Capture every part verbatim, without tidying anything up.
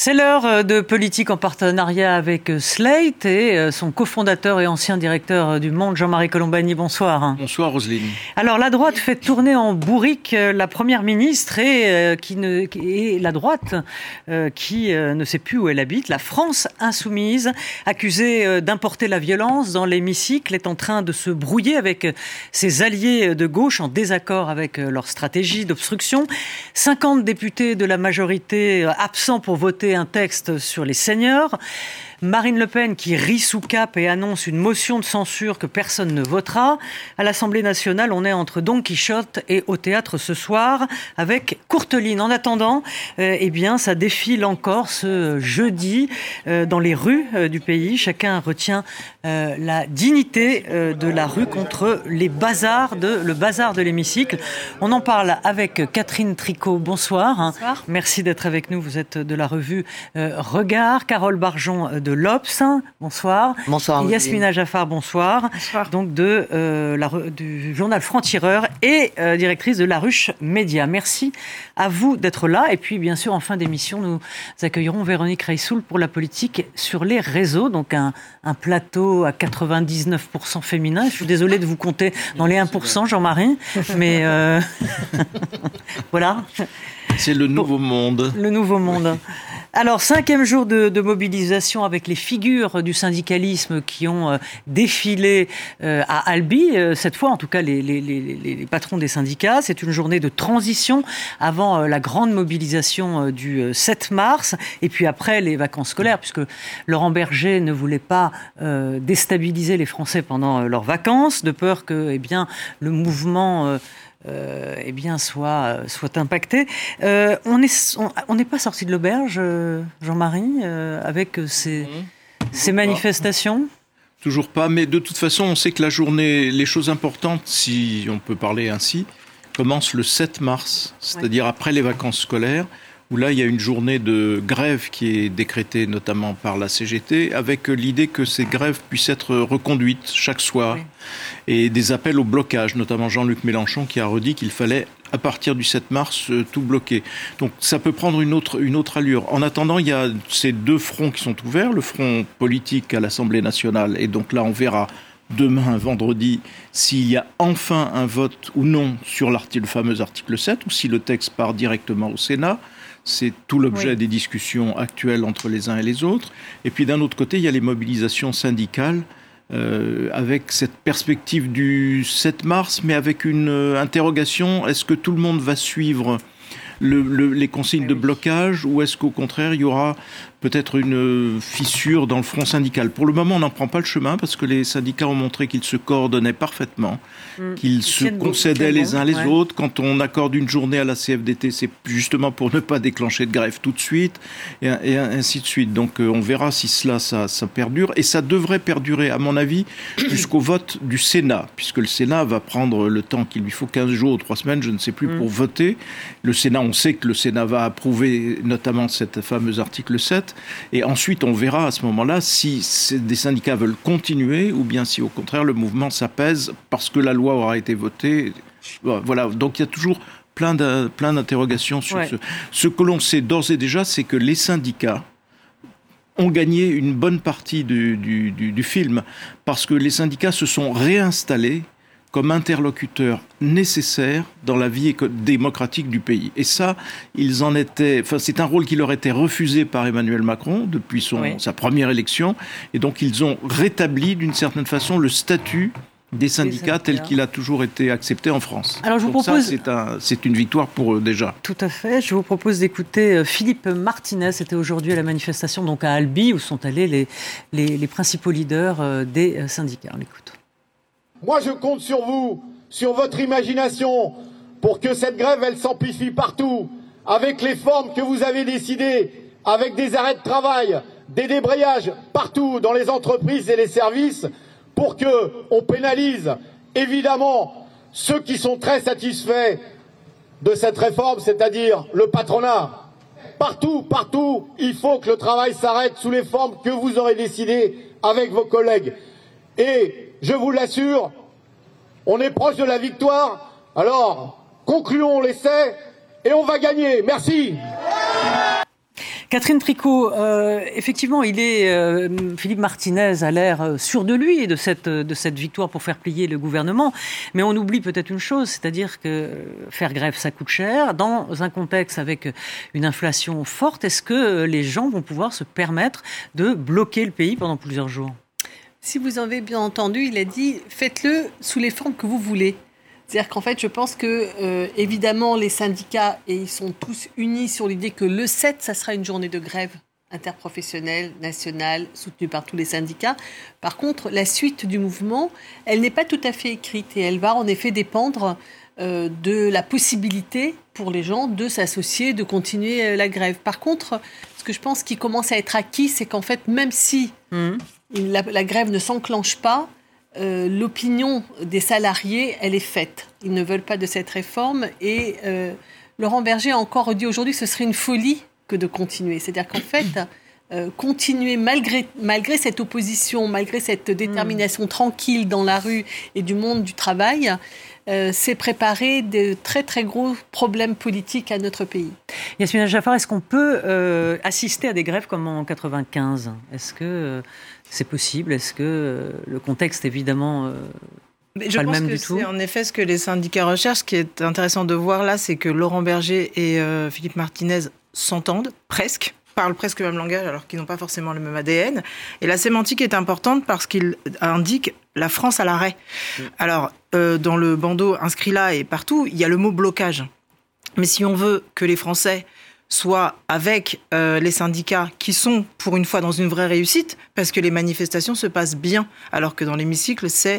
C'est l'heure de politique en partenariat avec Slate et son cofondateur et ancien directeur du Monde, Jean-Marie Colombani. Bonsoir. Bonsoir Roselyne. Alors la droite fait tourner en bourrique la première ministre et, euh, qui ne, et la droite euh, qui euh, ne sait plus où elle habite. La France insoumise, accusée euh, d'importer la violence dans l'hémicycle, est en train de se brouiller avec ses alliés de gauche en désaccord avec leur stratégie d'obstruction. cinquante députés de la majorité absents pour voter un texte sur les seniors. Marine Le Pen qui rit sous cap et annonce une motion de censure que personne ne votera. À l'Assemblée nationale, on est entre Don Quichotte et au théâtre ce soir avec Courteline. En attendant, euh, eh bien, ça défile encore ce jeudi euh, dans les rues euh, du pays. Chacun retient euh, la dignité euh, de la rue contre les bazars de, le bazar de l'hémicycle. On en parle avec Catherine Tricot. Bonsoir. Bonsoir. Merci d'être avec nous. Vous êtes de la revue euh, Regard. Carole Barjon de l'Obs, bonsoir. Bonsoir. Et Yasmina Jaffar, bonsoir. Bonsoir. Donc de, euh, la, du journal Franc-Tireur et euh, directrice de La Ruche Média. Merci à vous d'être là. Et puis, bien sûr, en fin d'émission, nous accueillerons Véronique Reissoul pour la politique sur les réseaux. Donc un, un plateau à quatre-vingt-dix-neuf pour cent féminin. Je suis désolée de vous compter dans les un pour cent, Jean-Marie. Mais euh... voilà. C'est le nouveau monde. Le nouveau monde. Alors, cinquième jour de, de mobilisation avec les figures du syndicalisme qui ont euh, défilé euh, à Albi, euh, cette fois en tout cas les, les, les, les patrons des syndicats. C'est une journée de transition avant euh, la grande mobilisation euh, du euh, sept mars et puis après les vacances scolaires, puisque Laurent Berger ne voulait pas euh, déstabiliser les Français pendant euh, leurs vacances, de peur que eh bien, le mouvement... Euh, Euh, eh bien, soit, soit impacté. Euh, on n'est on, on n'est pas sorti de l'auberge, euh, Jean-Marie, euh, avec ces, mmh. ces manifestations ? Toujours pas, mais de toute façon, on sait que la journée, les choses importantes, si on peut parler ainsi, commencent le sept mars, c'est-à-dire ouais. après les vacances scolaires, où là, il y a une journée de grève qui est décrétée notamment par la C G T, avec l'idée que ces grèves puissent être reconduites chaque soir, oui. et des appels au blocage, notamment Jean-Luc Mélenchon qui a redit qu'il fallait, à partir du sept mars, tout bloquer. Donc ça peut prendre une autre, une autre allure. En attendant, il y a ces deux fronts qui sont ouverts, le front politique à l'Assemblée nationale, et donc là, on verra demain, vendredi, s'il y a enfin un vote ou non sur le fameux article sept, ou si le texte part directement au Sénat. C'est tout l'objet oui. des discussions actuelles entre les uns et les autres. Et puis d'un autre côté, il y a les mobilisations syndicales euh, avec cette perspective du sept mars, mais avec une euh, interrogation, est-ce que tout le monde va suivre le, le, les consignes de blocage ou est-ce qu'au contraire, il y aura peut-être une fissure dans le front syndical. Pour le moment, on n'en prend pas le chemin parce que les syndicats ont montré qu'ils se coordonnaient parfaitement, mmh. qu'ils Ils se concédaient les uns les ouais. autres. Quand on accorde une journée à la C F D T, c'est justement pour ne pas déclencher de grève tout de suite, et, et ainsi de suite. Donc on verra si cela, ça, ça perdure. Et ça devrait perdurer, à mon avis, jusqu'au vote du Sénat, puisque le Sénat va prendre le temps qu'il lui faut, quinze jours ou trois semaines, je ne sais plus, mmh. pour voter. Le Sénat, on sait que le Sénat va approuver notamment cet fameux article sept. Et ensuite, on verra à ce moment-là si des syndicats veulent continuer ou bien si, au contraire, le mouvement s'apaise parce que la loi aura été votée. Voilà. Donc, il y a toujours plein, de, plein d'interrogations sur ouais. ce. Ce que l'on sait d'ores et déjà, c'est que les syndicats ont gagné une bonne partie du, du, du, du film parce que les syndicats se sont réinstallés comme interlocuteur nécessaire dans la vie éco- démocratique du pays. Et ça, ils en étaient... Enfin, c'est un rôle qui leur était refusé par Emmanuel Macron depuis son, oui. sa première élection. Et donc, ils ont rétabli, d'une certaine façon, le statut des syndicats, tel qu'il a toujours été accepté en France. Alors, je vous donc propose... ça, c'est, un, c'est une victoire pour eux, déjà. Tout à fait. Je vous propose d'écouter Philippe Martinez. C'était aujourd'hui à la manifestation donc à Albi, où sont allés les, les, les principaux leaders des syndicats. On l'écoute. Moi, je compte sur vous, sur votre imagination, pour que cette grève, elle s'amplifie partout, avec les formes que vous avez décidées, avec des arrêts de travail, des débrayages partout dans les entreprises et les services, pour que on pénalise évidemment ceux qui sont très satisfaits de cette réforme, c'est-à-dire le patronat. Partout, partout, il faut que le travail s'arrête sous les formes que vous aurez décidées avec vos collègues. Et je vous l'assure, on est proche de la victoire. Alors, concluons l'essai et on va gagner. Merci. Catherine Tricot, euh, effectivement, il est, euh, Philippe Martinez a l'air sûr de lui et de cette, de cette victoire pour faire plier le gouvernement. Mais on oublie peut-être une chose, c'est-à-dire que faire grève, ça coûte cher. Dans un contexte avec une inflation forte, est-ce que les gens vont pouvoir se permettre de bloquer le pays pendant plusieurs jours ? Si vous avez bien entendu, il a dit « faites-le sous les formes que vous voulez ». C'est-à-dire qu'en fait, je pense que, euh, évidemment, les syndicats, et ils sont tous unis sur l'idée que le sept, ça sera une journée de grève interprofessionnelle, nationale, soutenue par tous les syndicats. Par contre, la suite du mouvement, elle n'est pas tout à fait écrite et elle va en effet dépendre euh, de la possibilité pour les gens de s'associer, de continuer euh, la grève. Par contre, ce que je pense qui commence à être acquis, c'est qu'en fait, même si mmh. la, la grève ne s'enclenche pas, Euh, l'opinion des salariés, elle est faite. Ils ne veulent pas de cette réforme et euh, Laurent Berger a encore dit aujourd'hui que ce serait une folie que de continuer. C'est-à-dire qu'en fait, euh, continuer malgré, malgré cette opposition, malgré cette détermination mmh. tranquille dans la rue et du monde du travail, euh, c'est préparer de très très gros problèmes politiques à notre pays. Yasmina Jaffar, est-ce qu'on peut euh, assister à des grèves comme en quatre-vingt-quinze ? Est-ce que euh, c'est possible ? Est-ce que euh, le contexte, évidemment, euh, Mais je pas pense le même que du tout. C'est en effet ce que les syndicats recherchent. Ce qui est intéressant de voir là, c'est que Laurent Berger et euh, Philippe Martinez s'entendent presque, parlent presque le même langage alors qu'ils n'ont pas forcément le même A D N. Et la sémantique est importante parce qu'il indique la France à l'arrêt. Mmh. Alors, euh, dans le bandeau inscrit là et partout, il y a le mot blocage. Mais si on veut que les Français soient avec euh, les syndicats qui sont pour une fois dans une vraie réussite, parce que les manifestations se passent bien, alors que dans l'hémicycle, c'est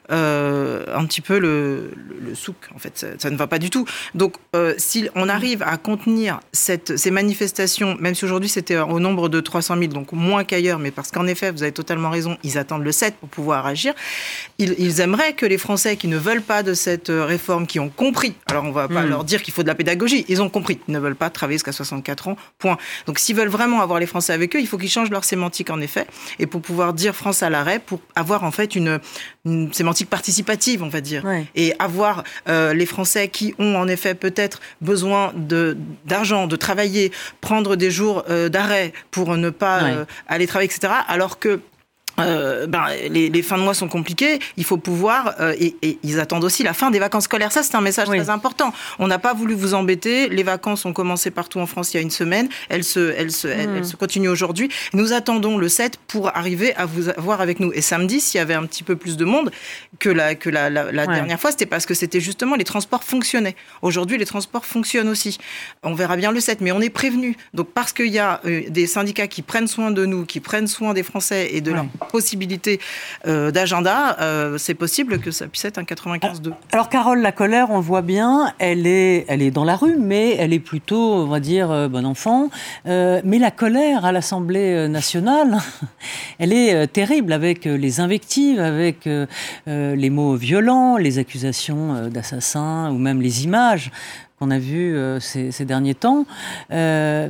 euh, un petit peu le, le, le souk, en fait, ça, ça ne va pas du tout. Donc, euh, si on arrive à contenir cette, ces manifestations, même si aujourd'hui c'était au nombre de trois cent mille, donc moins qu'ailleurs, mais parce qu'en effet, vous avez totalement raison, ils attendent le sept pour pouvoir agir, ils, ils aimeraient que les Français qui ne veulent pas de cette réforme, qui ont compris, alors on ne va pas mmh. leur dire qu'il faut de la pédagogie, ils ont compris, ils ne veulent pas travailler jusqu'à soixante-quatre ans, point. Donc s'ils veulent vraiment avoir les Français avec eux, il faut qu'ils changent leur sémantique en effet, et pour pouvoir dire France à l'arrêt, pour avoir en fait une, une sémantique participative, on va dire, ouais. et avoir euh, les Français qui ont en effet peut-être besoin de, d'argent, de travailler, prendre des jours euh, d'arrêt pour ne pas ouais. euh, aller travailler, et cetera, alors que Euh, ben, les, les fins de mois sont compliquées, il faut pouvoir, euh, et, et ils attendent aussi la fin des vacances scolaires. Ça, c'est un message oui. très important. On n'a pas voulu vous embêter. Les vacances ont commencé partout en France il y a une semaine. Elles se, elles se, mmh. elles, elles se continuent aujourd'hui. Nous attendons le sept pour arriver à vous avoir avec nous. Et samedi, s'il y avait un petit peu plus de monde que la, que la, la, la ouais. dernière fois, c'était parce que c'était justement les transports fonctionnaient. Aujourd'hui, les transports fonctionnent aussi. On verra bien le sept, mais on est prévenus. Donc, parce qu'il y a euh, des syndicats qui prennent soin de nous, qui prennent soin des Français et de ouais. leur possibilité euh, d'agenda, euh, c'est possible que ça puisse être un quatre-vingt-quinze deux. Alors Carole, la colère, on le voit bien, elle est, elle est dans la rue, mais elle est plutôt, on va dire, euh, bon enfant. Euh, mais la colère à l'Assemblée nationale, elle est euh, terrible, avec euh, les invectives, avec euh, euh, les mots violents, les accusations euh, d'assassins, ou même les images qu'on a vues euh, ces, ces derniers temps. Euh,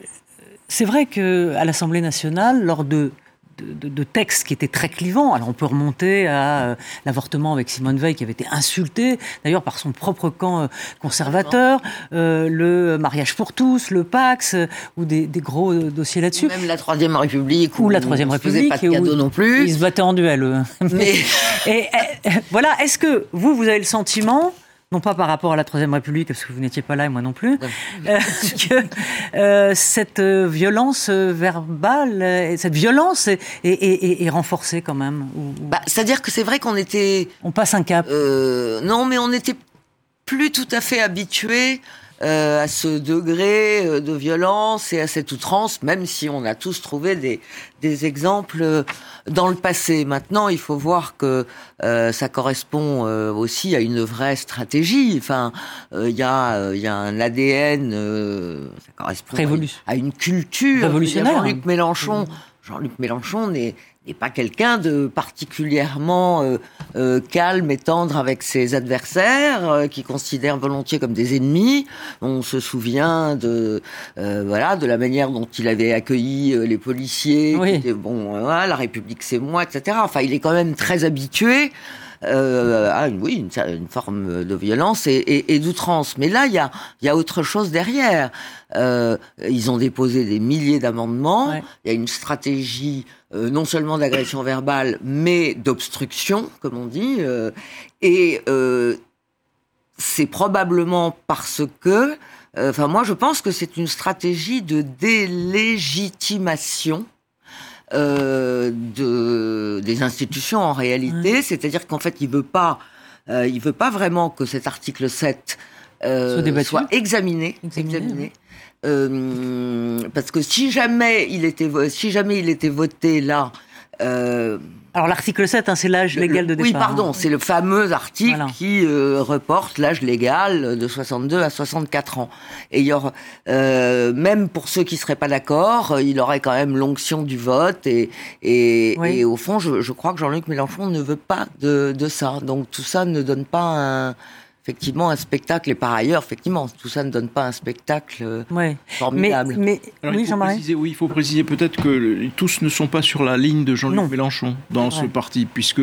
c'est vrai qu'à l'Assemblée nationale, lors de De, de, de textes qui étaient très clivants. Alors on peut remonter à euh, l'avortement avec Simone Veil qui avait été insultée d'ailleurs par son propre camp euh, conservateur, euh, le mariage pour tous, le Pax, euh, ou des, des gros euh, dossiers là-dessus. Même la Troisième République. Ou la Troisième République. Pas de cadeau non plus. Ils se battaient en duel. Eux. Mais... et, et, voilà, est-ce que vous, vous avez le sentiment, non pas par rapport à la Troisième République, parce que vous n'étiez pas là et moi non plus, euh, que euh, cette violence verbale, cette violence est, est, est, est renforcée quand même ou... bah, c'est-à-dire que c'est vrai qu'on était... On passe un cap. Euh, non, mais on n'était plus tout à fait habitués Euh, à ce degré euh, de violence et à cette outrance, même si on a tous trouvé des, des exemples euh, dans le passé. Maintenant, il faut voir que euh, ça correspond euh, aussi à une vraie stratégie. Enfin, il euh, y a il euh, y a un A D N, euh, ça correspond Révolu- à une culture. Révolutionnaire. Jean-Luc Mélenchon, Jean-Luc Mélenchon n'est n'est pas quelqu'un de particulièrement euh, euh, calme et tendre avec ses adversaires, euh, qui considère volontiers comme des ennemis. On se souvient de euh, voilà de la manière dont il avait accueilli euh, les policiers, oui. qui étaient bon, euh, voilà, la République c'est moi, et cetera. Enfin, il est quand même très habitué euh, à une, oui, une, une forme de violence et, et, et d'outrance. Mais là, il y a, il y a autre chose derrière. Euh, ils ont déposé des milliers d'amendements. Ouais. Il y a une stratégie euh, non seulement d'agression verbale, mais d'obstruction, comme on dit. Euh, et euh, c'est probablement parce que, enfin, euh, moi, je pense que c'est une stratégie de délégitimation euh, de des institutions en réalité. Mmh. C'est-à-dire qu'en fait, il veut pas, euh, il veut pas vraiment que cet article sept euh, soit, soit examiné, examiné. examiné. Euh, parce que si jamais il était, si jamais il était voté là. Euh, Alors l'article sept, hein, c'est l'âge légal de départ. Oui, pardon, hein. C'est le fameux article voilà. qui euh, reporte l'âge légal de soixante-deux à soixante-quatre ans. Et il y aura, euh, même pour ceux qui seraient pas d'accord, il aurait quand même l'onction du vote. Et, et, oui. et au fond, je, je crois que Jean-Luc Mélenchon ne veut pas de, de ça. Donc tout ça ne donne pas un... effectivement un spectacle, et par ailleurs, effectivement, tout ça ne donne pas un spectacle ouais. formidable. Mais, mais Alors, oui, il faut préciser, oui, il faut préciser peut-être que tous ne sont pas sur la ligne de Jean-Luc non. Mélenchon dans ouais. ce parti, puisque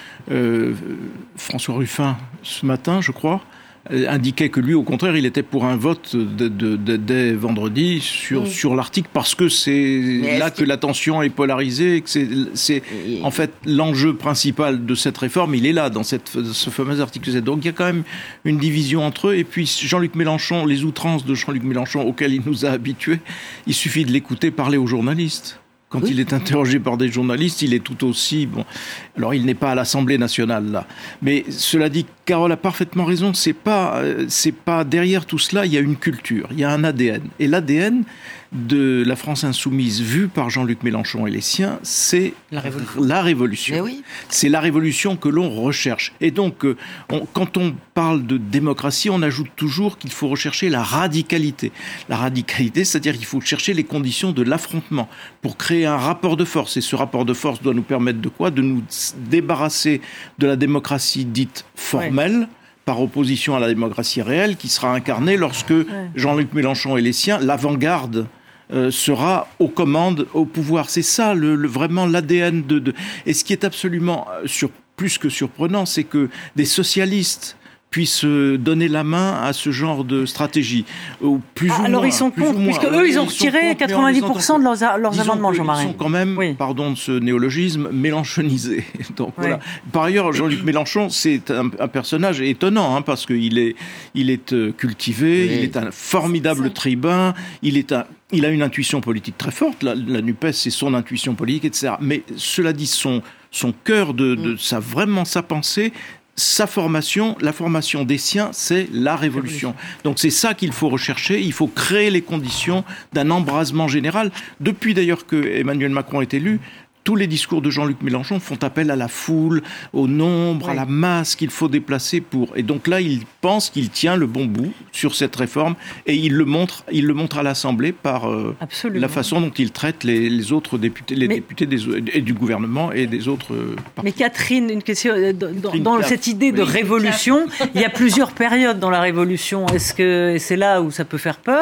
euh, François Ruffin, ce matin, je crois, indiquait que lui, au contraire, il était pour un vote de, de, de, dès vendredi sur, oui. sur l'article, parce que c'est Mais là que qu'il... la tension est polarisée, que c'est, c'est oui. en fait l'enjeu principal de cette réforme, il est là, dans cette, ce fameux article sept. Donc il y a quand même une division entre eux, et puis Jean-Luc Mélenchon, les outrances de Jean-Luc Mélenchon auxquelles il nous a habitués, il suffit de l'écouter parler aux journalistes. Quand oui. il est interrogé par des journalistes, il est tout aussi... Bon, alors, il n'est pas à l'Assemblée nationale, là. Mais cela dit, Carole a parfaitement raison, c'est pas, c'est pas... Derrière tout cela, il y a une culture, il y a un A D N. Et l'A D N de la France insoumise, vue par Jean-Luc Mélenchon et les siens, c'est la révolution. La révolution. Oui. C'est la révolution que l'on recherche. Et donc, on, quand on parle de démocratie, on ajoute toujours qu'il faut rechercher la radicalité. La radicalité, c'est-à-dire qu'il faut chercher les conditions de l'affrontement pour créer un rapport de force. Et ce rapport de force doit nous permettre de quoi ? De nous débarrasser de la démocratie dite formelle, ouais. par opposition à la démocratie réelle, qui sera incarnée lorsque ouais. Jean-Luc Mélenchon et les siens, l'avant-garde, euh, sera aux commandes, au pouvoir. C'est ça, le, le, vraiment l'A D N de, de... Et ce qui est absolument sur, plus que surprenant, c'est que des socialistes puissent donner la main à ce genre de stratégie. Ou plus ah, ou alors moins, ils sont contre, puisque eux, ils ont retiré quatre-vingt-dix pour cent de leurs, leurs amendements, Jean-Marie. Ils sont quand même, oui. pardon de ce néologisme, mélenchonisés. Donc, oui. voilà. Par ailleurs, Jean-Luc Mélenchon, c'est un, un personnage étonnant, hein, parce qu'il est, il est euh, cultivé, oui. il est un formidable c'est tribun, il est un... Il a une intuition politique très forte, la, la NUPES, c'est son intuition politique, et cetera. Mais cela dit, son, son cœur de, de mm. sa, vraiment sa pensée, sa formation, la formation des siens, c'est la révolution. Donc c'est ça qu'il faut rechercher, il faut créer les conditions d'un embrasement général. Depuis d'ailleurs que Emmanuel Macron est élu, tous les discours de Jean-Luc Mélenchon font appel à la foule, au nombre, oui. à la masse qu'il faut déplacer pour... Et donc là, il pense qu'il tient le bon bout sur cette réforme et il le montre, il le montre à l'Assemblée par euh, la façon dont il traite les, les autres députés, les Mais... députés des, et du gouvernement et des autres euh, partis. Mais Catherine, une question, dans, Catherine dans cette idée de oui, révolution, il y a plusieurs périodes dans la révolution. Est-ce que c'est là où ça peut faire peur ?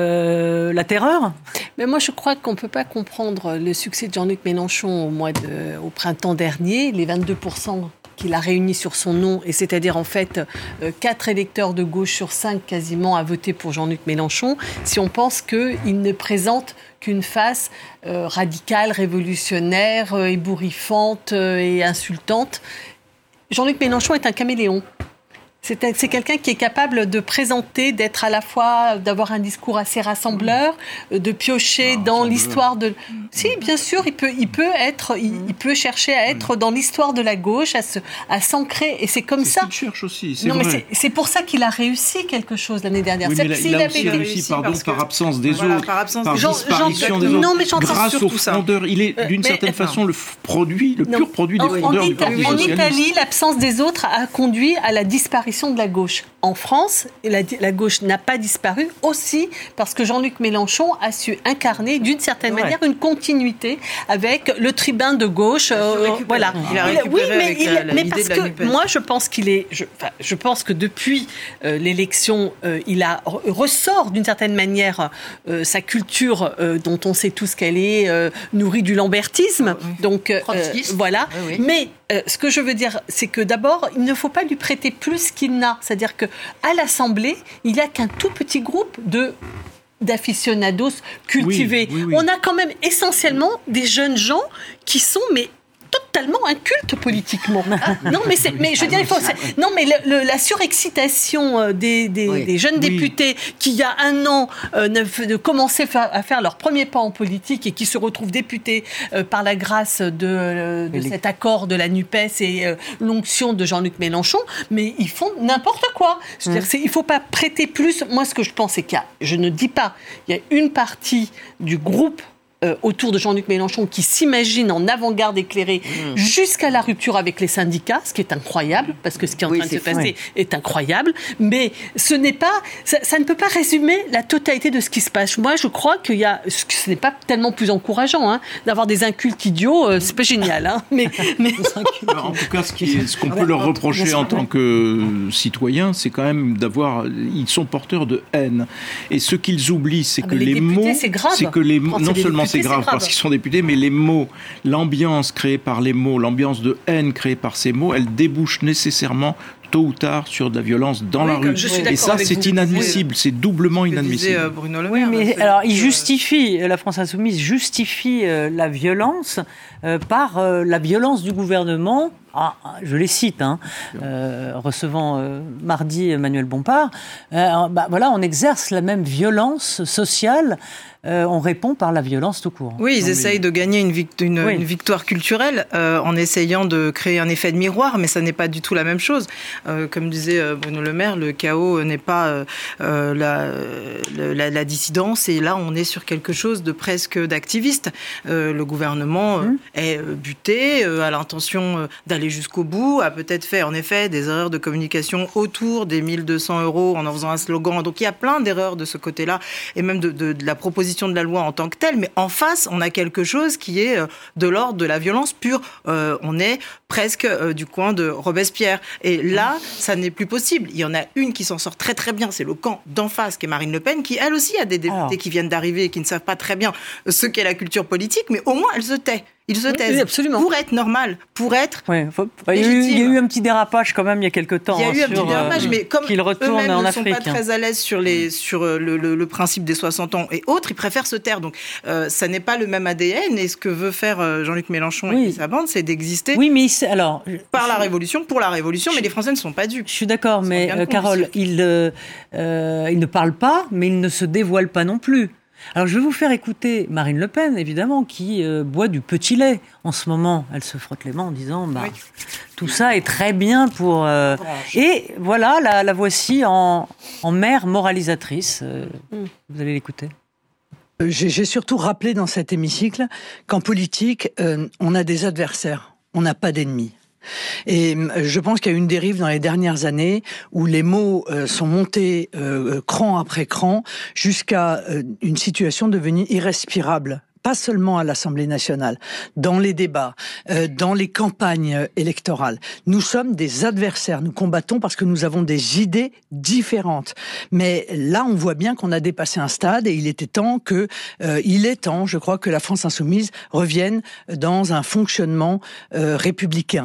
Euh, la terreur ? Mais moi, je crois qu'on ne peut pas comprendre le succès de Jean-Luc Mélenchon au, mois de, au printemps dernier, les vingt-deux pour cent qu'il a réunis sur son nom, et c'est-à-dire en fait euh, quatre électeurs de gauche sur cinq quasiment à voter pour Jean-Luc Mélenchon, si on pense qu'il ne présente qu'une face euh, radicale, révolutionnaire, euh, ébouriffante euh, et insultante. Jean-Luc Mélenchon est un caméléon. C'est, un, c'est quelqu'un qui est capable de présenter, d'être à la fois, d'avoir un discours assez rassembleur, de piocher ah, dans l'histoire de... Si, bien sûr, il peut, il peut être, il, il peut chercher à être dans l'histoire de la gauche, à, se, à s'ancrer, et c'est comme c'est ça... C'est ce qu'il cherche aussi, c'est non, vrai. Mais c'est, c'est pour ça qu'il a réussi quelque chose l'année dernière. Oui, mais là, il a aussi réussi, réussi pardon, que... par absence des voilà, autres, par, absence par Jean, disparition Jean, des autres, non, mais grâce aux frondeurs. Il est, d'une euh, certaine mais, façon, non. le produit, le non, pur produit des frondeurs du Parti socialiste. En Italie, l'absence des autres a conduit à la disparition de la gauche. en France, la, la gauche n'a pas disparu aussi parce que Jean-Luc Mélenchon a su incarner d'une certaine ouais. manière une continuité avec le tribun de gauche. Euh, voilà. Il a récupéré oui, mais, avec il, la, la mais idée parce de la que NUPES. moi, je pense qu'il est. Je, enfin, je pense que depuis euh, l'élection, euh, il a ressort d'une certaine manière euh, sa culture euh, dont on sait tous qu'elle est euh, nourrie du lambertisme. Oui. Donc euh, voilà. Oui, oui. Mais euh, ce que je veux dire, c'est que d'abord, il ne faut pas lui prêter plus qu'il n'a. C'est-à-dire que à l'Assemblée, il n'y a qu'un tout petit groupe de d'aficionados cultivés. Oui, oui, oui. On a quand même essentiellement des jeunes gens qui sont mais totalement inculte politiquement. Non, mais, c'est, mais je veux dire, il faut, c'est, non, mais le, le, la surexcitation des, des, oui. des jeunes oui. députés qui, il y a un an, euh, ne, de commencer à faire leur premier pas en politique et qui se retrouvent députés euh, par la grâce de, de cet accord de la NUPES et euh, l'onction de Jean-Luc Mélenchon, mais ils font n'importe quoi. Je veux mmh. dire, c'est, il ne faut pas prêter plus. Moi, ce que je pense, c'est qu'il y a, je ne dis pas, il y a une partie du groupe Euh, autour de Jean-Luc Mélenchon qui s'imagine en avant-garde éclairée mmh. jusqu'à la rupture avec les syndicats, ce qui est incroyable, parce que ce qui est en oui, train de se fou, passer oui. est incroyable, mais ce n'est pas, ça, ça ne peut pas résumer la totalité de ce qui se passe. Moi, je crois qu'il y a, ce n'est pas tellement plus encourageant, hein, d'avoir des incultes idiots, euh, c'est pas génial, hein, mais, mais... En tout cas, ce, qui, ce qu'on peut leur reprocher en tant que citoyens, c'est quand même d'avoir, ils sont porteurs de haine, et ce qu'ils oublient, c'est ah, que les, les mots, c'est, grave. c'est que les mots, non seulement c'est grave, c'est grave parce qu'ils sont députés, mais les mots, l'ambiance créée par les mots, l'ambiance de haine créée par ces mots, elle débouche nécessairement tôt ou tard sur de la violence dans oui, la rue. Et ça, c'est vous. inadmissible, c'est doublement inadmissible. Disait, euh, Bruno Le oui, Maire, mais alors, il justifie, la France Insoumise justifie euh, la violence euh, par euh, la violence du gouvernement. Ah, je les cite, hein, euh, recevant euh, mardi Emmanuel Bompard. Euh, bah, voilà, on exerce la même violence sociale. Euh, on répond par la violence tout court. Oui, ils non, essayent mais... de gagner une, vict- une, oui. une victoire culturelle euh, en essayant de créer un effet de miroir, mais ça n'est pas du tout la même chose. Euh, comme disait euh, Bruno Le Maire, le chaos n'est pas euh, euh, la, la, la dissidence, et là on est sur quelque chose de presque d'activiste. Euh, le gouvernement euh, mmh. est buté, euh, a l'intention euh, d'aller jusqu'au bout, a peut-être fait en effet des erreurs de communication autour des mille deux cents euros en en faisant un slogan. Donc il y a plein d'erreurs de ce côté-là, et même de, de, de la proposition de la loi en tant que telle, mais en face, on a quelque chose qui est de l'ordre de la violence pure. Euh, on est presque euh, du coin de Robespierre. Et là, ça n'est plus possible. Il y en a une qui s'en sort très très bien, c'est le camp d'en face, qui est Marine Le Pen, qui elle aussi a des députés Alors. qui viennent d'arriver et qui ne savent pas très bien ce qu'est la culture politique, mais au moins elle se tait. Ils se taisent oui, absolument. pour être normal, pour être ouais, faut... il, y a eu, il y a eu un petit dérapage quand même il y a quelques temps. Il y a hein, eu un sur, petit dérapage, euh, mais comme eux-mêmes en ne sont pas très à l'aise sur, les, sur le, le, le principe des soixante ans et autres, ils préfèrent se taire. Donc euh, ça n'est pas le même A D N, et ce que veut faire euh, Jean-Luc Mélenchon oui. et sa bande, c'est d'exister oui, mais c'est, alors, par je, la révolution, pour la révolution, je, mais les Français ne sont pas dupes. Je suis d'accord, mais euh, Carole, il, euh, euh, il ne parle pas, mais il ne se dévoile pas non plus. Alors, je vais vous faire écouter Marine Le Pen, évidemment, qui euh, boit du petit lait en ce moment. Elle se frotte les mains en disant bah, oui. tout ça est très bien pour... Euh... Et voilà, la, la voici en, en mère moralisatrice. Euh, mm. Vous allez l'écouter. J'ai, j'ai surtout rappelé dans cet hémicycle qu'en politique, euh, on a des adversaires, on n'a pas d'ennemis. Et je pense qu'il y a eu une dérive dans les dernières années où les mots euh, sont montés euh, cran après cran jusqu'à euh, une situation devenue irrespirable. Pas seulement à l'Assemblée nationale, dans les débats, euh, dans les campagnes électorales. Nous sommes des adversaires, nous combattons parce que nous avons des idées différentes. Mais là, on voit bien qu'on a dépassé un stade et il était temps que, euh, il est temps, je crois, que la France insoumise revienne dans un fonctionnement euh, républicain.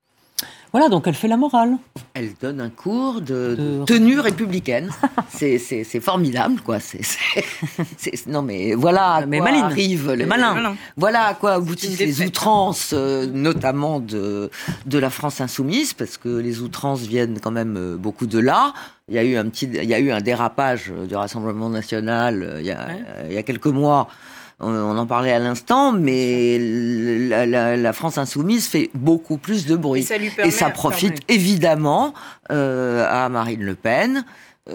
Voilà, donc elle fait la morale. Elle donne un cours de, de... tenue républicaine. c'est, c'est, c'est formidable, quoi. C'est, c'est, c'est, non, mais voilà à mais quoi maline. arrivent les, malin. Voilà à quoi aboutissent les outrances, euh, notamment de, de la France insoumise, parce que les outrances viennent quand même beaucoup de là. Il y a eu un petit, il y a eu un dérapage du Rassemblement national euh, il y a, ouais. euh, il y a quelques mois. On en parlait à l'instant, mais la, la, la France insoumise fait beaucoup plus de bruit. Et ça lui permet, et ça profite permet. évidemment euh, à Marine Le Pen,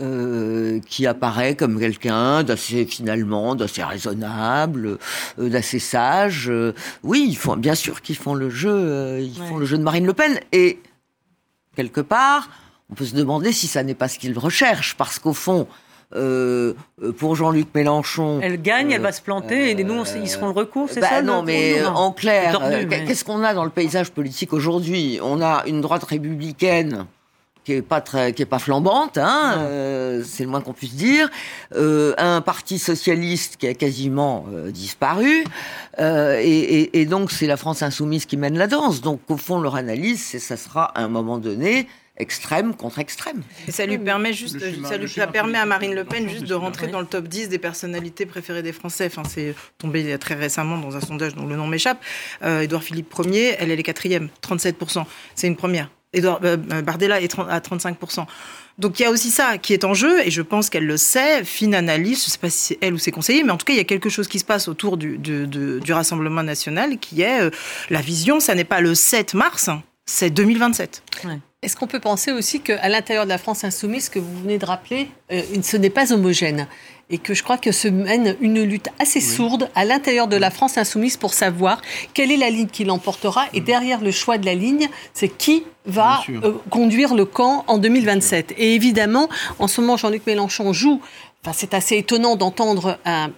euh, qui apparaît comme quelqu'un d'assez, finalement, d'assez raisonnable, euh, d'assez sage. Euh, oui, ils font, bien sûr qu'ils font le jeu, euh, ils ouais. font le jeu de Marine Le Pen. Et, quelque part, on peut se demander si ça n'est pas ce qu'il recherche, parce qu'au fond, euh, pour Jean-Luc Mélenchon... Elle gagne, euh, elle va se planter, euh, et nous, ils seront le recours, c'est bah ça? Non, mais non. En clair, tordu, euh, mais... qu'est-ce qu'on a dans le paysage politique aujourd'hui? On a une droite républicaine qui est pas très, qui est pas flambante, hein, euh, c'est le moins qu'on puisse dire. Euh, un parti socialiste qui a quasiment euh, disparu, euh, et, et, et donc c'est la France insoumise qui mène la danse. Donc au fond, leur analyse, c'est ça sera à un moment donné extrême contre extrême. Et ça lui permet juste, schéma, ça lui ça permet à Marine Le Pen juste de rentrer oui. dans le top dix des personnalités préférées des Français. Enfin, c'est tombé très récemment dans un sondage dont le nom m'échappe. Euh, Édouard Philippe premier, elle elle est quatrième, trente-sept pour cent. C'est une première. Édouard euh, Bardella est à trente-cinq pour cent. Donc il y a aussi ça qui est en jeu, et je pense qu'elle le sait. Fine analyse, je ne sais pas si c'est elle ou ses conseillers, mais en tout cas il y a quelque chose qui se passe autour du, du, du, du Rassemblement national, qui est euh, la vision. Ça n'est pas le sept mars, c'est deux mille vingt-sept. Ouais. Est-ce qu'on peut penser aussi qu'à l'intérieur de la France insoumise, que vous venez de rappeler, euh, ce n'est pas homogène, et que je crois que se mène une lutte assez oui. sourde à l'intérieur de la France insoumise pour savoir quelle est la ligne qui l'emportera, et derrière le choix de la ligne, c'est qui va euh, conduire le camp en deux mille vingt-sept. Et évidemment, en ce moment, Jean-Luc Mélenchon joue, enfin, c'est assez étonnant d'entendre un...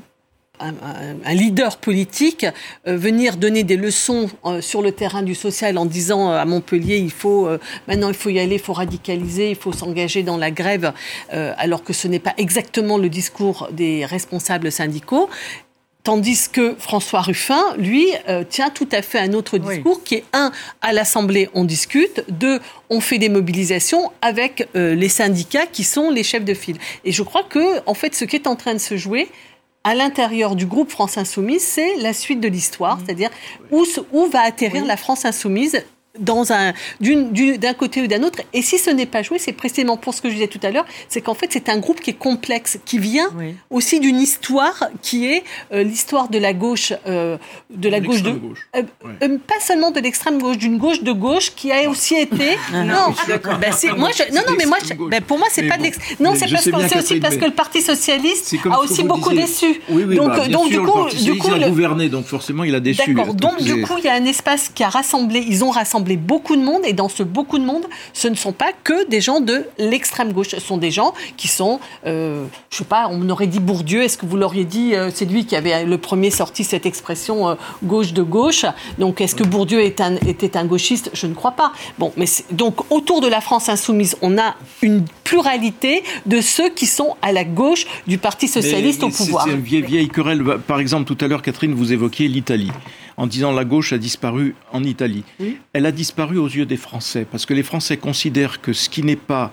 Un, un leader politique euh, venir donner des leçons euh, sur le terrain du social en disant euh, à Montpellier il faut euh, maintenant il faut y aller, il faut radicaliser, il faut s'engager dans la grève, euh, alors que ce n'est pas exactement le discours des responsables syndicaux. Tandis que François Ruffin, lui, euh, tient tout à fait un autre discours oui. qui est, un, à l'Assemblée, on discute, deux, on fait des mobilisations avec euh, les syndicats qui sont les chefs de file. Et je crois que, en fait, ce qui est en train de se jouer, à l'intérieur du groupe France Insoumise, c'est la suite de l'histoire, mmh. c'est-à-dire où, où va atterrir oui. la France Insoumise dans un, d'une, d'une, d'un côté ou d'un autre. Et si ce n'est pas joué, c'est précisément pour ce que je disais tout à l'heure, c'est qu'en fait, c'est un groupe qui est complexe, qui vient oui. aussi d'une histoire qui est euh, l'histoire de la gauche, euh, de la gauche de... gauche. Euh, ouais. euh, pas seulement de l'extrême gauche, d'une gauche de gauche qui a aussi été... non, non, ben, c'est, moi, je, non, non, mais moi, je, ben, pour moi, c'est mais pas bon, de l'extrême... Non, c'est, parce que, c'est aussi parce que le Parti Socialiste a aussi beaucoup disiez. déçu. Oui, oui, donc, bah, donc sûr, du coup... le Parti Socialiste a gouverné, donc forcément, il a déçu. D'accord, donc du coup, il y a un espace qui a rassemblé, ils ont rassemblé beaucoup de monde. Et dans ce beaucoup de monde, ce ne sont pas que des gens de l'extrême gauche. Ce sont des gens qui sont, euh, je sais pas, on aurait dit Bourdieu. Est-ce que vous l'auriez dit euh, c'est lui qui avait le premier sorti cette expression euh, gauche de gauche. Donc, est-ce que Bourdieu est un, était un gauchiste? Je ne crois pas. Bon, mais donc autour de la France insoumise, on a une pluralité de ceux qui sont à la gauche du Parti socialiste mais, mais au pouvoir. C'est une vieille, vieille querelle. Par exemple, tout à l'heure, Catherine, vous évoquiez l'Italie, en disant la gauche a disparu en Italie. Oui. Elle a disparu aux yeux des Français, parce que les Français considèrent que ce qui n'est pas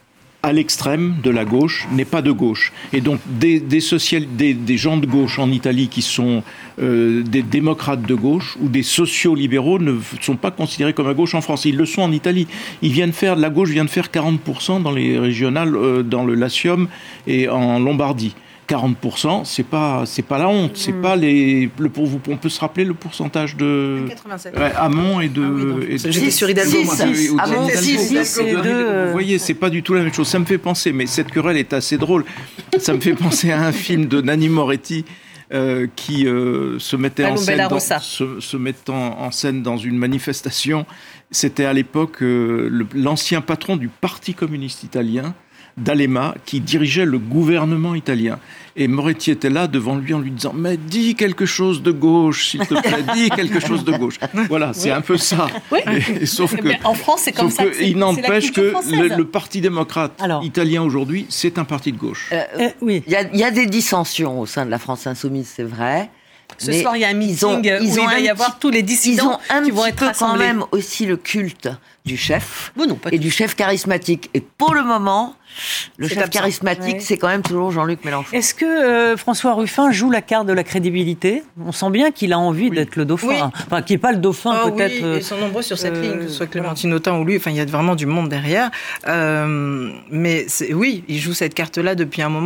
à l'extrême de la gauche n'est pas de gauche. Et donc des, des, social, des, des gens de gauche en Italie qui sont euh, des démocrates de gauche ou des sociaux-libéraux ne sont pas considérés comme à gauche en France. Ils le sont en Italie. Ils viennent faire, la gauche vient de faire quarante pour cent dans les régionales, euh, dans le Latium et en Lombardie. quarante pour cent, c'est pas, c'est pas la honte, c'est mmh. pas les, le, pour vous, on peut se rappeler le pourcentage de quatre-vingt-sept. Ouais, Hamon et de. Ah oui, donc, et de j'étais sur Hidalgo. Hamon, six, et deux. Vous voyez, c'est pas du tout la même chose. Ça me fait penser, mais cette querelle est assez drôle. Ça me fait penser à un film de Nanni Moretti. Euh, qui euh, se mettait en scène, dans, se, se mettant en scène dans une manifestation. C'était à l'époque euh, le, l'ancien patron du Parti communiste italien, D'Alema, qui dirigeait le gouvernement italien. Et Moretti était là devant lui en lui disant « Mais dis quelque chose de gauche, s'il te plaît, dis quelque chose de gauche. » Voilà, c'est oui. un peu ça. Oui. Et, et, sauf que, en France, c'est comme ça. Que c'est, il n'empêche que le, le Parti démocrate Alors. italien aujourd'hui, c'est un parti de gauche. Euh, euh, oui. Il y a, il y a des dissensions au sein de la France insoumise, c'est vrai. Ce mais soir, il y a un meeting ils ont, ils où ont il va y avoir tous les dissidents qui vont être rassemblés. Ils ont un petit peu quand même aussi le culte du chef bon, non, et du chef charismatique. Et pour le moment, le c'est chef absent. charismatique, ouais. c'est quand même toujours Jean-Luc Mélenchon. Est-ce que euh, François Ruffin joue la carte de la crédibilité ? On sent bien qu'il a envie oui. d'être le dauphin. Oui. Enfin, qui n'est pas le dauphin, oh, peut-être. Oui, ils sont nombreux sur cette euh, ligne, que ce soit Clémentine Autain ou lui. Enfin, il y a vraiment du monde derrière. Euh, mais c'est, oui, il joue cette carte-là depuis un moment.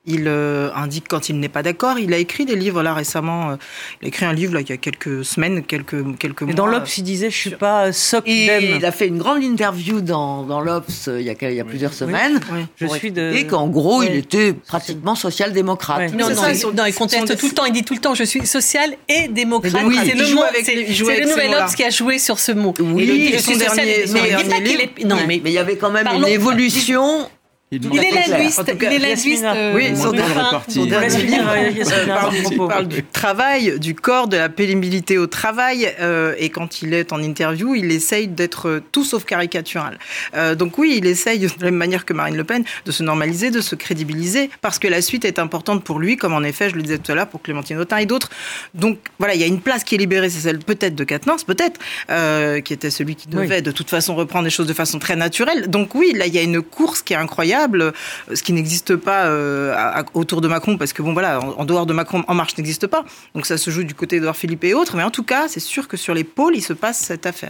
Il euh, indique quand il n'est pas d'accord. Il a écrit des livres là récemment. Euh, il a écrit un livre là il y a quelques semaines, quelques quelques mois. Et dans l'Obs, il disait je suis sur... pas soc et il a fait une grande interview dans dans l'Obs euh, il y a il y a oui. plusieurs semaines. Oui. Oui. Je suis de. Et qu'en gros, oui. il était pratiquement social-démocrate. Oui. Non, non, ça, il, non, il conteste tout le temps. Il dit tout le temps je suis social et démocrate. Oui, c'est le mot. C'est le nouvel Obs qui a joué sur ce mot. Oui, et son dernier livre. Non, mais il y avait quand même une évolution. Il est linguiste. Il est linguiste. Oui, son dernier livre parle du travail, du corps, de la pénibilité au travail. Euh, et quand il est en interview, il essaye d'être tout sauf caricatural. Euh, donc oui, il essaye, de la même manière que Marine Le Pen, de se normaliser, de se crédibiliser, parce que la suite est importante pour lui, comme en effet, je le disais tout à l'heure, pour Clémentine Autain et d'autres. Donc voilà, il y a une place qui est libérée, c'est celle peut-être de Quatennens, peut-être, euh, qui était celui qui devait oui. de toute façon reprendre les choses de façon très naturelle. Donc oui, là, il y a une course qui est incroyable. Ce qui n'existe pas euh, à, à, autour de Macron, parce que bon voilà, en, en dehors de Macron, En Marche n'existe pas. Donc ça se joue du côté d'Édouard Philippe et autres. Mais en tout cas, c'est sûr que sur les pôles, il se passe cette affaire.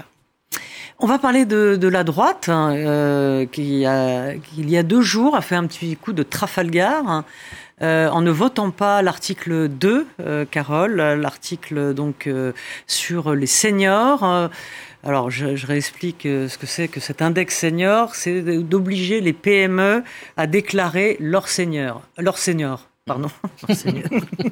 On va parler de, de la droite, hein, euh, qui, a, qui, il y a deux jours, a fait un petit coup de Trafalgar, hein, euh, en ne votant pas l'article deux, euh, Carole, l'article donc euh, sur les seniors. Euh, Alors, je, je réexplique ce que c'est que cet index senior, c'est d'obliger les P M E à déclarer leurs seniors, leurs seniors, pardon, leurs seniors.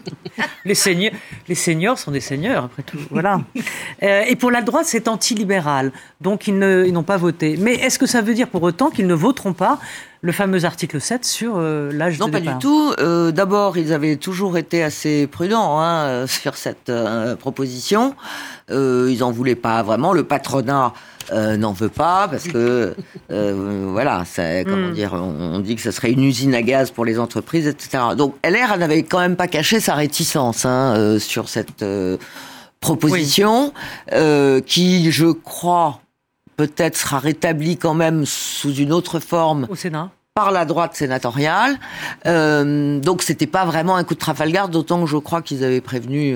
les seniors, les seniors sont des seigneurs après tout, voilà. Euh, et pour la droite, c'est antilibéral, donc ils, ne, ils n'ont pas voté. Mais est-ce que ça veut dire pour autant qu'ils ne voteront pas le fameux article sept sur euh, l'âge non, de départ? Non, pas du tout. Euh, d'abord, ils avaient toujours été assez prudents hein, sur cette euh, proposition. Euh, ils n'en voulaient pas vraiment. Le patronat euh, n'en veut pas parce que, euh, voilà, ça, comment mm. dire, on, on dit que ça serait une usine à gaz pour les entreprises, et cetera. Donc, L R n'avait quand même pas caché sa réticence hein, euh, sur cette euh, proposition oui. euh, qui, je crois, peut-être sera rétablie quand même sous une autre forme. Au Sénat. Par la droite sénatoriale. Euh, donc, c'était pas vraiment un coup de Trafalgar, d'autant que je crois qu'ils avaient prévenu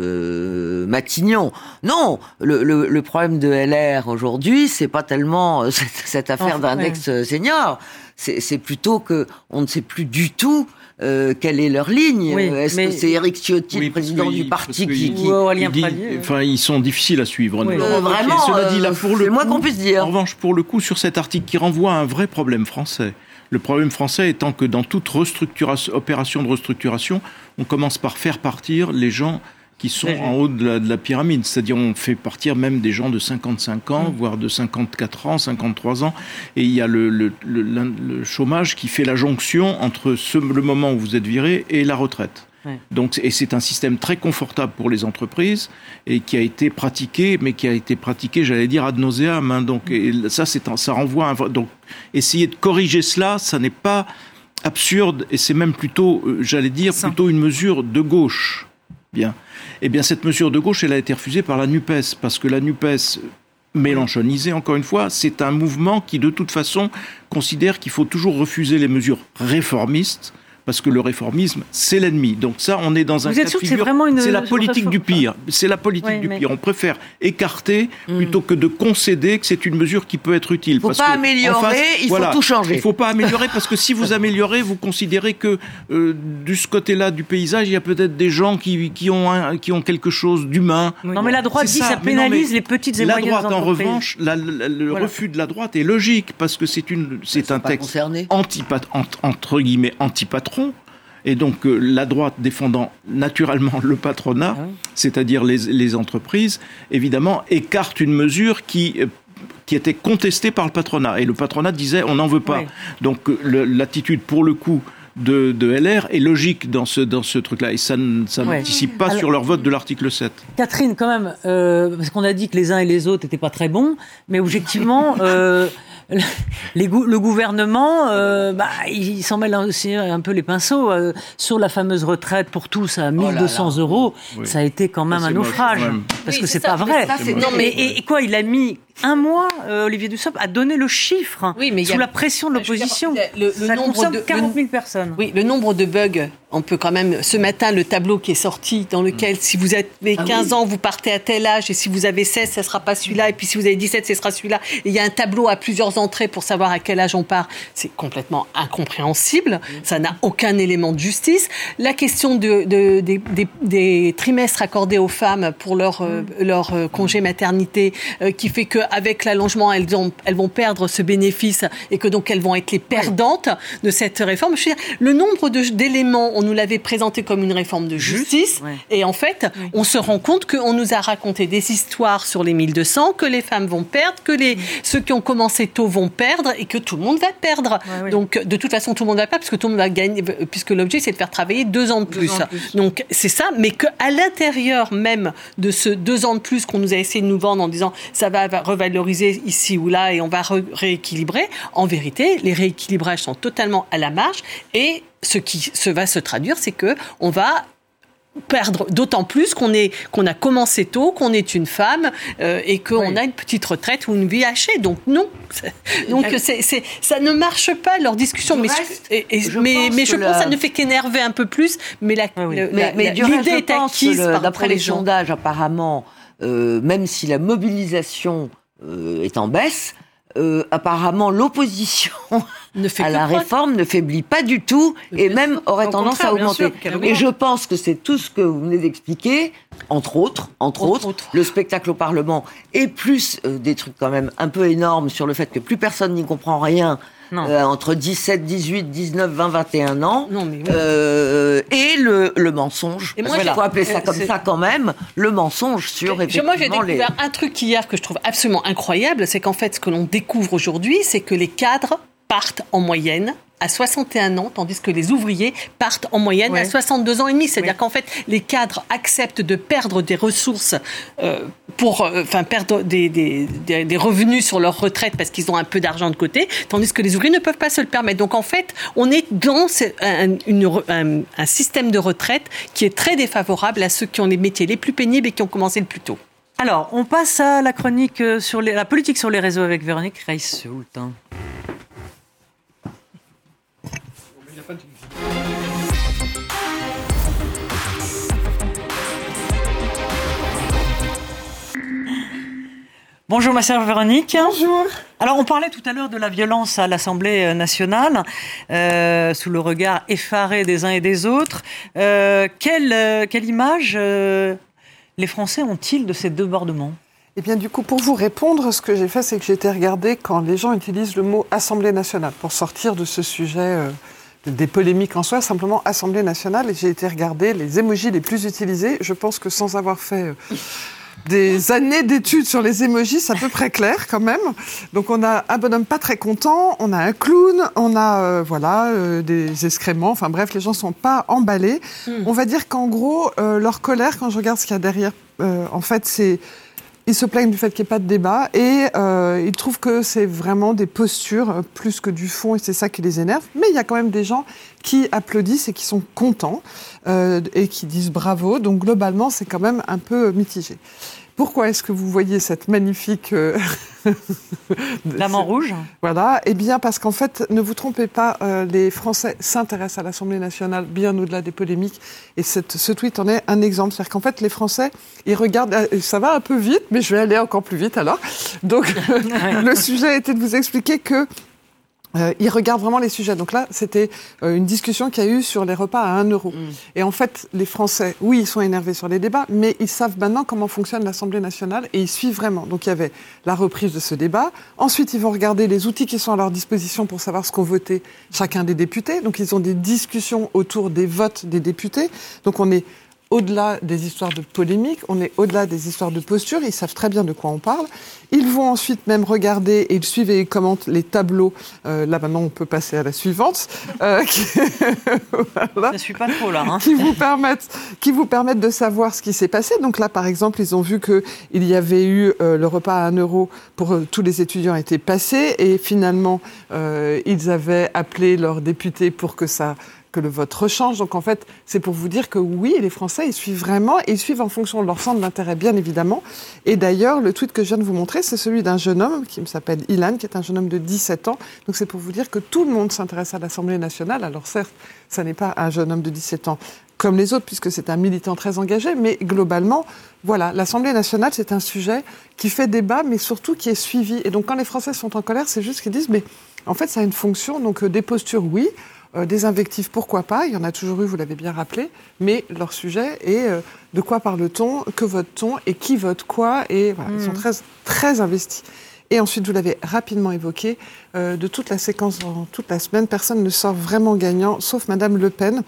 euh, Matignon. Non, le, le, le problème de L R aujourd'hui, c'est pas tellement cette, cette affaire enfin, d'index ouais. senior. C'est, c'est plutôt que on ne sait plus du tout Euh, quelle est leur ligne. Oui, Est-ce que c'est Éric Ciotti, oui, le président du parti, qui... qui... Ou il dit, enfin, ils sont difficiles à suivre. Oui. Euh, vraiment, cela dit, là, pour le c'est le moins qu'on puisse dire. En revanche, pour le coup, sur cet article qui renvoie à un vrai problème français. Le problème français étant que dans toute restructuration, opération de restructuration, on commence par faire partir les gens qui sont en haut de la, de la pyramide. C'est-à-dire, on fait partir même des gens de cinquante-cinq ans, mmh. voire de cinquante-quatre ans, cinquante-trois ans. Et il y a le, le, le, le chômage qui fait la jonction entre ce, le moment où vous êtes viré et la retraite. Ouais. Donc, et c'est un système très confortable pour les entreprises et qui a été pratiqué, mais qui a été pratiqué, j'allais dire, ad nauseam. Hein. Donc, et ça, c'est un, ça renvoie à un... Donc, essayer de corriger cela, ça n'est pas absurde et c'est même plutôt, j'allais dire, ça. plutôt une mesure de gauche. Bien. Eh bien, cette mesure de gauche, elle a été refusée par la NUPES, parce que la NUPES, mélenchonisée, encore une fois, c'est un mouvement qui, de toute façon, considère qu'il faut toujours refuser les mesures réformistes, parce que le réformisme, c'est l'ennemi. Donc ça, on est dans un Vous cas êtes sûr de figure. Que c'est vraiment une... C'est la politique du pire. C'est la politique oui, du mais... pire. On préfère écarter mmh. plutôt que de concéder que c'est une mesure qui peut être utile. Il ne faut parce pas que, améliorer, face, il voilà, faut tout changer. Il ne faut pas améliorer parce que si vous améliorez, vous considérez que euh, de ce côté-là du paysage, il y a peut-être des gens qui, qui, ont, un, qui ont quelque chose d'humain. Oui. Non, mais la droite dit ça, ça pénalise non, les petites et la moyennes droite, entreprises. En revanche, la, la, le voilà. refus de la droite est logique parce que c'est, une, c'est un texte anti, entre guillemets anti-patron. Et donc, euh, la droite défendant naturellement le patronat, ah oui. c'est-à-dire les, les entreprises, évidemment, écarte une mesure qui, euh, qui était contestée par le patronat. Et le patronat disait, on n'en veut pas. Oui. Donc, euh, le, l'attitude, pour le coup, de, de L R est logique dans ce, dans ce truc-là. Et ça, ça ouais. n'anticipe pas Alors, sur leur vote de l'article sept. Catherine, quand même, euh, parce qu'on a dit que les uns et les autres n'étaient pas très bons, mais objectivement... Euh, Les gou- le gouvernement, euh, bah, il s'en mêle aussi un peu les pinceaux. Euh, sur la fameuse retraite pour tous à mille deux cents oh euros, oui. ça a été quand même ça, un naufrage. Moche, parce oui, que c'est, c'est pas vrai. Ça, c'est non, mais et, et quoi, il a mis un mois, euh, Olivier Dussopt, à donner le chiffre oui, mais sous a, la pression de l'opposition. Le, le ça nombre concerne de quarante mille personnes. Oui, le nombre de bugs on peut quand même, ce matin, le tableau qui est sorti, dans lequel, mmh. si vous avez quinze ah oui. ans, vous partez à tel âge, et si vous avez seize, ce ne sera pas celui-là, et puis si vous avez dix-sept, ce sera celui-là. Et il y a un tableau à plusieurs entrées pour savoir à quel âge on part. C'est complètement incompréhensible. Mmh. Ça n'a aucun élément de justice. La question de, de, de, de, des trimestres accordés aux femmes pour leur, mmh. euh, leur euh, congé maternité, euh, qui fait qu'avec l'allongement, elles, ont, elles vont perdre ce bénéfice, et que donc elles vont être les perdantes oui. de cette réforme. Je veux dire, le nombre de, d'éléments, on nous l'avait présenté comme une réforme de justice, ouais. et en fait, oui. on se rend compte qu'on nous a raconté des histoires sur les mille deux cents, que les femmes vont perdre, que les, oui. ceux qui ont commencé tôt vont perdre, et que tout le monde va perdre. Ouais, oui. Donc, de toute façon, tout le monde va perdre, puisque tout le monde va gagner, puisque l'objet, c'est de faire travailler deux ans de plus. Deux ans de plus. Donc, c'est ça, mais qu'à l'intérieur même de ce deux ans de plus qu'on nous a essayé de nous vendre en disant ça va revaloriser ici ou là et on va ré- rééquilibrer, en vérité, les rééquilibrages sont totalement à la marge, et ce qui se va se traduire, c'est que on va perdre d'autant plus qu'on est qu'on a commencé tôt, qu'on est une femme euh, et qu'on oui. a une petite retraite ou une vie hachée. Donc non, donc c'est, c'est ça ne marche pas leur discussion. Je mais reste, et, et, je mais, mais je pense que la... ça ne fait qu'énerver un peu plus. Mais la, oui, oui. le, mais, la, mais la, du reste, l'idée est acquise le, par d'après les, les sondages apparemment, euh, même si la mobilisation euh, est en baisse. Euh, apparemment, l'opposition ne fait à la quoi. réforme ne faiblit pas du tout et même aurait tendance à augmenter. Et je pense que c'est tout ce que vous venez d'expliquer, entre autres, entre, entre autres, autres, le spectacle au Parlement et plus euh, des trucs quand même un peu énormes sur le fait que plus personne n'y comprend rien. Euh, entre dix-sept, dix-huit, dix-neuf, vingt, vingt et un ans, non, mais oui. euh, et le, le mensonge. Il voilà. faut appeler ça comme c'est... ça quand même, le mensonge sur effectivement moi, j'ai découvert les... un truc hier que je trouve absolument incroyable, c'est qu'en fait, ce que l'on découvre aujourd'hui, c'est que les cadres partent en moyenne à soixante et un ans, tandis que les ouvriers partent en moyenne ouais. à soixante-deux ans et demi. C'est-à-dire ouais. qu'en fait, les cadres acceptent de perdre des ressources euh, pour, enfin, euh, perdre des, des, des, des revenus sur leur retraite parce qu'ils ont un peu d'argent de côté, tandis que les ouvriers ne peuvent pas se le permettre. Donc en fait, on est dans un, une, un, un système de retraite qui est très défavorable à ceux qui ont les métiers les plus pénibles et qui ont commencé le plus tôt. Alors, on passe à la chronique sur les, la politique sur les réseaux avec Véronique Reiss-Soult. Bonjour ma sœur Véronique. Bonjour. Alors on parlait tout à l'heure de la violence à l'Assemblée nationale, euh, sous le regard effaré des uns et des autres. Euh, quelle, euh, quelle image euh, les Français ont-ils de ces débordements ? Eh bien, du coup, pour vous répondre, ce que j'ai fait, c'est que j'ai été regarder quand les gens utilisent le mot Assemblée nationale pour sortir de ce sujet... Euh, des polémiques en soi, simplement Assemblée nationale, et j'ai été regarder les émojis les plus utilisés. Je pense que sans avoir fait euh, des années d'études sur les émojis, c'est à peu près clair quand même. Donc on a un bonhomme pas très content, on a un clown, on a euh, voilà euh, des excréments, enfin bref, les gens sont pas emballés. Mm. On va dire qu'en gros, euh, leur colère, quand je regarde ce qu'il y a derrière, euh, en fait, c'est... Ils se plaignent du fait qu'il n'y ait pas de débat et euh, ils trouvent que c'est vraiment des postures euh, plus que du fond et c'est ça qui les énerve. Mais il y a quand même des gens qui applaudissent et qui sont contents euh, et qui disent bravo. Donc globalement, c'est quand même un peu mitigé. Pourquoi est-ce que vous voyez cette magnifique... Euh... L'amant rouge ? Voilà. Eh bien, parce qu'en fait, ne vous trompez pas, euh, les Français s'intéressent à l'Assemblée nationale bien au-delà des polémiques. Et cette, ce tweet en est un exemple. C'est-à-dire qu'en fait, les Français, ils regardent... Euh, ça va un peu vite, mais je vais aller encore plus vite alors. Donc, le sujet était de vous expliquer que Euh, ils regardent vraiment les sujets. Donc là, c'était euh, une discussion qu'il y a eu sur les repas à un euro. Mmh. Et en fait, les Français, oui, ils sont énervés sur les débats, mais ils savent maintenant comment fonctionne l'Assemblée nationale et ils suivent vraiment. Donc il y avait la reprise de ce débat. Ensuite, ils vont regarder les outils qui sont à leur disposition pour savoir ce qu'ont voté chacun des députés. Donc ils ont des discussions autour des votes des députés. Donc on est au-delà des histoires de polémique, on est au-delà des histoires de posture, ils savent très bien de quoi on parle. Ils vont ensuite même regarder, et ils suivent et ils commentent les tableaux. Euh, là, maintenant, on peut passer à la suivante. Euh, qui... voilà. Je ne suis pas trop là. Hein. Qui vous permettent, qui vous permettent de savoir ce qui s'est passé. Donc là, par exemple, ils ont vu qu'il y avait eu euh, le repas à un euro pour euh, tous les étudiants était passé, et finalement, euh, ils avaient appelé leurs députés pour que ça... que le vote rechange. Donc en fait, c'est pour vous dire que oui, les Français, ils suivent vraiment, et ils suivent en fonction de leur centre d'intérêt, bien évidemment. Et d'ailleurs, le tweet que je viens de vous montrer, c'est celui d'un jeune homme qui s'appelle Ilan, qui est un jeune homme de dix-sept ans. Donc c'est pour vous dire que tout le monde s'intéresse à l'Assemblée nationale. Alors certes, ça n'est pas un jeune homme de dix-sept ans comme les autres, puisque c'est un militant très engagé, mais globalement, voilà, l'Assemblée nationale, c'est un sujet qui fait débat, mais surtout qui est suivi. Et donc quand les Français sont en colère, c'est juste qu'ils disent, mais en fait, ça a une fonction, donc euh, des postures, oui, euh, des invectives, pourquoi pas, il y en a toujours eu, vous l'avez bien rappelé, mais leur sujet est euh, de quoi parle-t-on, que vote-t-on, et qui vote quoi, et voilà, mmh. ils sont très, très investis. Et ensuite, vous l'avez rapidement évoqué, euh, de toute la séquence, dans toute la semaine, personne ne sort vraiment gagnant, sauf Madame Le Pen,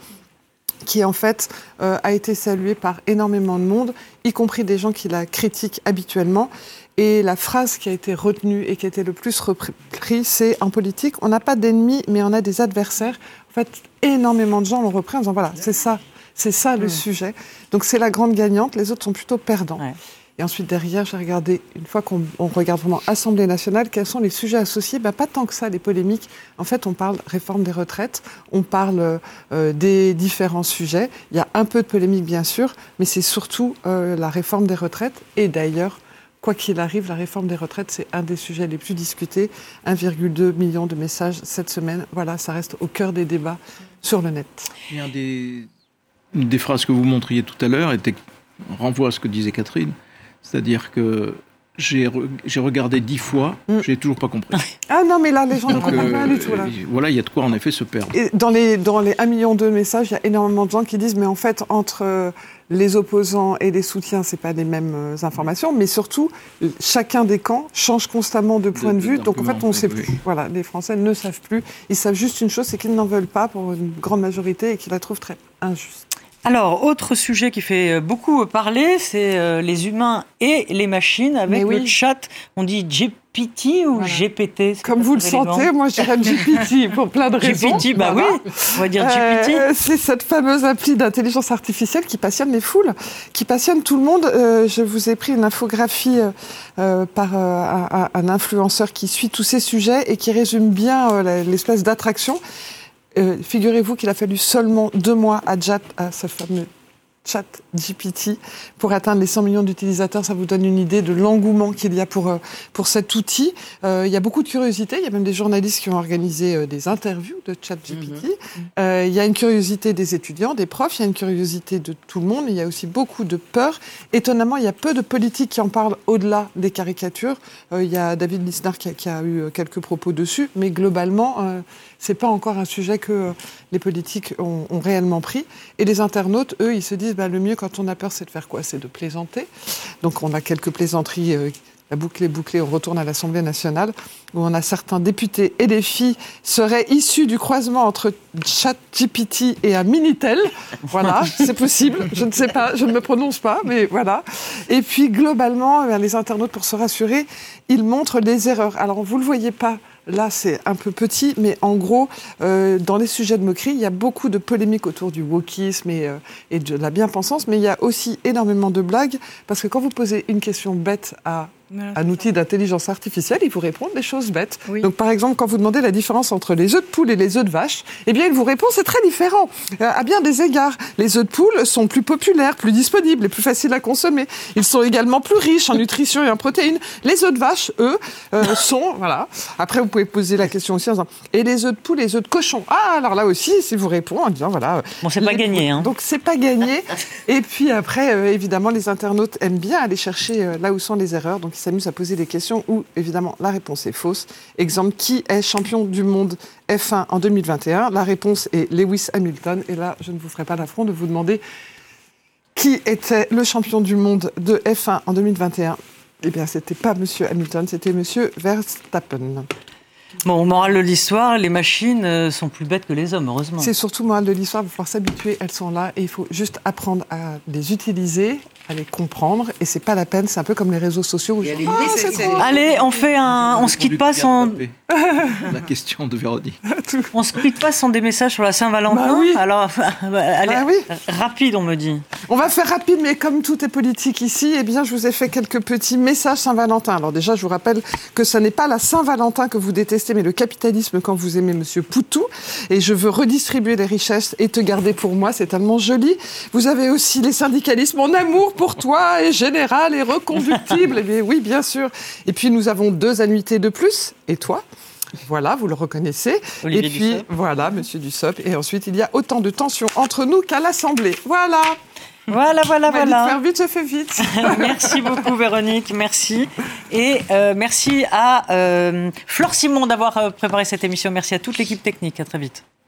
qui en fait euh, a été saluée par énormément de monde, y compris des gens qui la critiquent habituellement. Et la phrase qui a été retenue et qui a été le plus reprise, c'est « En politique, on n'a pas d'ennemis, mais on a des adversaires ». En fait, énormément de gens l'ont repris en disant « Voilà, c'est ça, c'est ça le mmh. sujet ». Donc c'est la grande gagnante, les autres sont plutôt perdants. Ouais. Et ensuite, derrière, j'ai regardé, une fois qu'on on regarde vraiment Assemblée nationale, quels sont les sujets associés ? Ben, pas tant que ça, les polémiques. En fait, on parle réforme des retraites, on parle euh, des différents sujets. Il y a un peu de polémique, bien sûr, mais c'est surtout euh, la réforme des retraites. Et d'ailleurs, quoi qu'il arrive, la réforme des retraites, c'est un des sujets les plus discutés. un virgule deux million de messages cette semaine. Voilà, ça reste au cœur des débats sur le net. Et un des, une des phrases que vous montriez tout à l'heure était, renvoie à ce que disait Catherine, c'est-à-dire que j'ai, re, j'ai regardé dix fois, mm. j'ai toujours pas compris. Ah non, mais là, les gens ne comprennent pas du tout. Là. Voilà, il y a de quoi en effet se perdre. Et dans les, dans les un million deux messages, il y a énormément de gens qui disent, mais en fait, entre les opposants et les soutiens, c'est pas les mêmes euh, informations, mais surtout, chacun des camps change constamment de point de, de vue, donc en fait, on ne sait plus. Oui. Voilà, les Français ne savent plus. Ils savent juste une chose, c'est qu'ils n'en veulent pas pour une grande majorité et qu'ils la trouvent très injuste. Alors, autre sujet qui fait beaucoup parler, c'est euh, les humains et les machines avec oui. le chat. On dit G P T ou voilà. G P T. Comme vous le élégant. Sentez, moi je dirais G P T pour plein de raisons. G P T, bah voilà. oui, on va dire G P T. Euh, c'est cette fameuse appli d'intelligence artificielle qui passionne les foules, qui passionne tout le monde. Euh, je vous ai pris une infographie euh, par euh, un, un influenceur qui suit tous ces sujets et qui résume bien euh, l'espèce d'attraction. Euh, figurez-vous qu'il a fallu seulement deux mois à, Jat, à ce fameux chat G P T pour atteindre les cent millions d'utilisateurs. Ça vous donne une idée de l'engouement qu'il y a pour, pour cet outil. Euh, il y a beaucoup de curiosité. Il y a même des journalistes qui ont organisé euh, des interviews de chat G P T. Mm-hmm. Euh, il y a une curiosité des étudiants, des profs. Il y a une curiosité de tout le monde. Il y a aussi beaucoup de peur. Étonnamment, il y a peu de politiques qui en parlent au-delà des caricatures. Euh, il y a David Lisnard qui a, qui a eu quelques propos dessus. Mais globalement, euh, c'est pas encore un sujet que euh, les politiques ont, ont réellement pris. Et les internautes, eux, ils se disent bah, le mieux quand on a peur, c'est de faire quoi ? C'est de plaisanter. Donc on a quelques plaisanteries, euh, la boucle est bouclée, on retourne à l'Assemblée nationale, où on a certains députés et des filles seraient issus du croisement entre ChatGPT et un Minitel. Voilà, c'est possible, je ne sais pas, je ne me prononce pas, mais voilà. Et puis globalement, les internautes, pour se rassurer, ils montrent les erreurs. Alors vous ne le voyez pas. Là, c'est un peu petit, mais en gros, euh, dans les sujets de moquerie, il y a beaucoup de polémiques autour du wokisme et, euh, et de la bien-pensance, mais il y a aussi énormément de blagues, parce que quand vous posez une question bête à Voilà, un outil ça. d'intelligence artificielle, il vous répond des choses bêtes. Oui. Donc, par exemple, quand vous demandez la différence entre les œufs de poule et les œufs de vache, eh bien, il vous répond c'est très différent. Euh, à bien des égards, les œufs de poule sont plus populaires, plus disponibles et plus faciles à consommer. Ils sont également plus riches en nutrition et en protéines. Les œufs de vache, eux, euh, sont... Voilà. Après, vous pouvez poser la question aussi en disant et les œufs de poule et les œufs de cochon. Ah, alors là aussi, si vous répond en disant voilà... Bon, c'est pas gagné, hein. Donc, c'est pas gagné. Et puis après, euh, évidemment, les internautes aiment bien aller chercher euh, là où sont les erreurs. Donc, s'amusent à poser des questions où, évidemment, la réponse est fausse. Exemple, qui est champion du monde F un en deux mille vingt et un ? La réponse est Lewis Hamilton. Et là, je ne vous ferai pas l'affront de vous demander qui était le champion du monde de F un en deux mille vingt et un. Eh bien, c'était pas Monsieur Hamilton, c'était Monsieur Verstappen. Bon, morale de l'histoire, les machines sont plus bêtes que les hommes, heureusement. C'est surtout morale de l'histoire, il va falloir s'habituer, elles sont là et il faut juste apprendre à les utiliser, à les comprendre, et c'est pas la peine, c'est un peu comme les réseaux sociaux. Où je... ah, c'est c'est Allez, on fait un, on se quitte pas sans... La question de Véronique. On se quitte pas sans des messages sur la Saint-Valentin. Bah oui. Alors, allez, bah oui. rapide, on me dit. On va faire rapide, mais comme tout est politique ici, eh bien, je vous ai fait quelques petits messages Saint-Valentin. Alors déjà, je vous rappelle que ce n'est pas la Saint-Valentin que vous détestez, détestez mais le capitalisme quand vous aimez Monsieur Poutou. Et je veux redistribuer les richesses et te garder pour moi. C'est tellement joli. Vous avez aussi les syndicalistes. Mon amour pour toi est général et reconductible. Eh bien, oui, bien sûr. Et puis, nous avons deux annuités de plus. Et toi ? Voilà, vous le reconnaissez. Olivier et puis, Dussopt. voilà, Monsieur Dussopt. Et ensuite, il y a autant de tensions entre nous qu'à l'Assemblée. Voilà. Voilà, voilà, voilà. voilà. Faire vite, je fais vite. Merci beaucoup, Véronique. Merci. Et euh, merci à euh, Flore Simon d'avoir préparé cette émission. Merci à toute l'équipe technique. À très vite.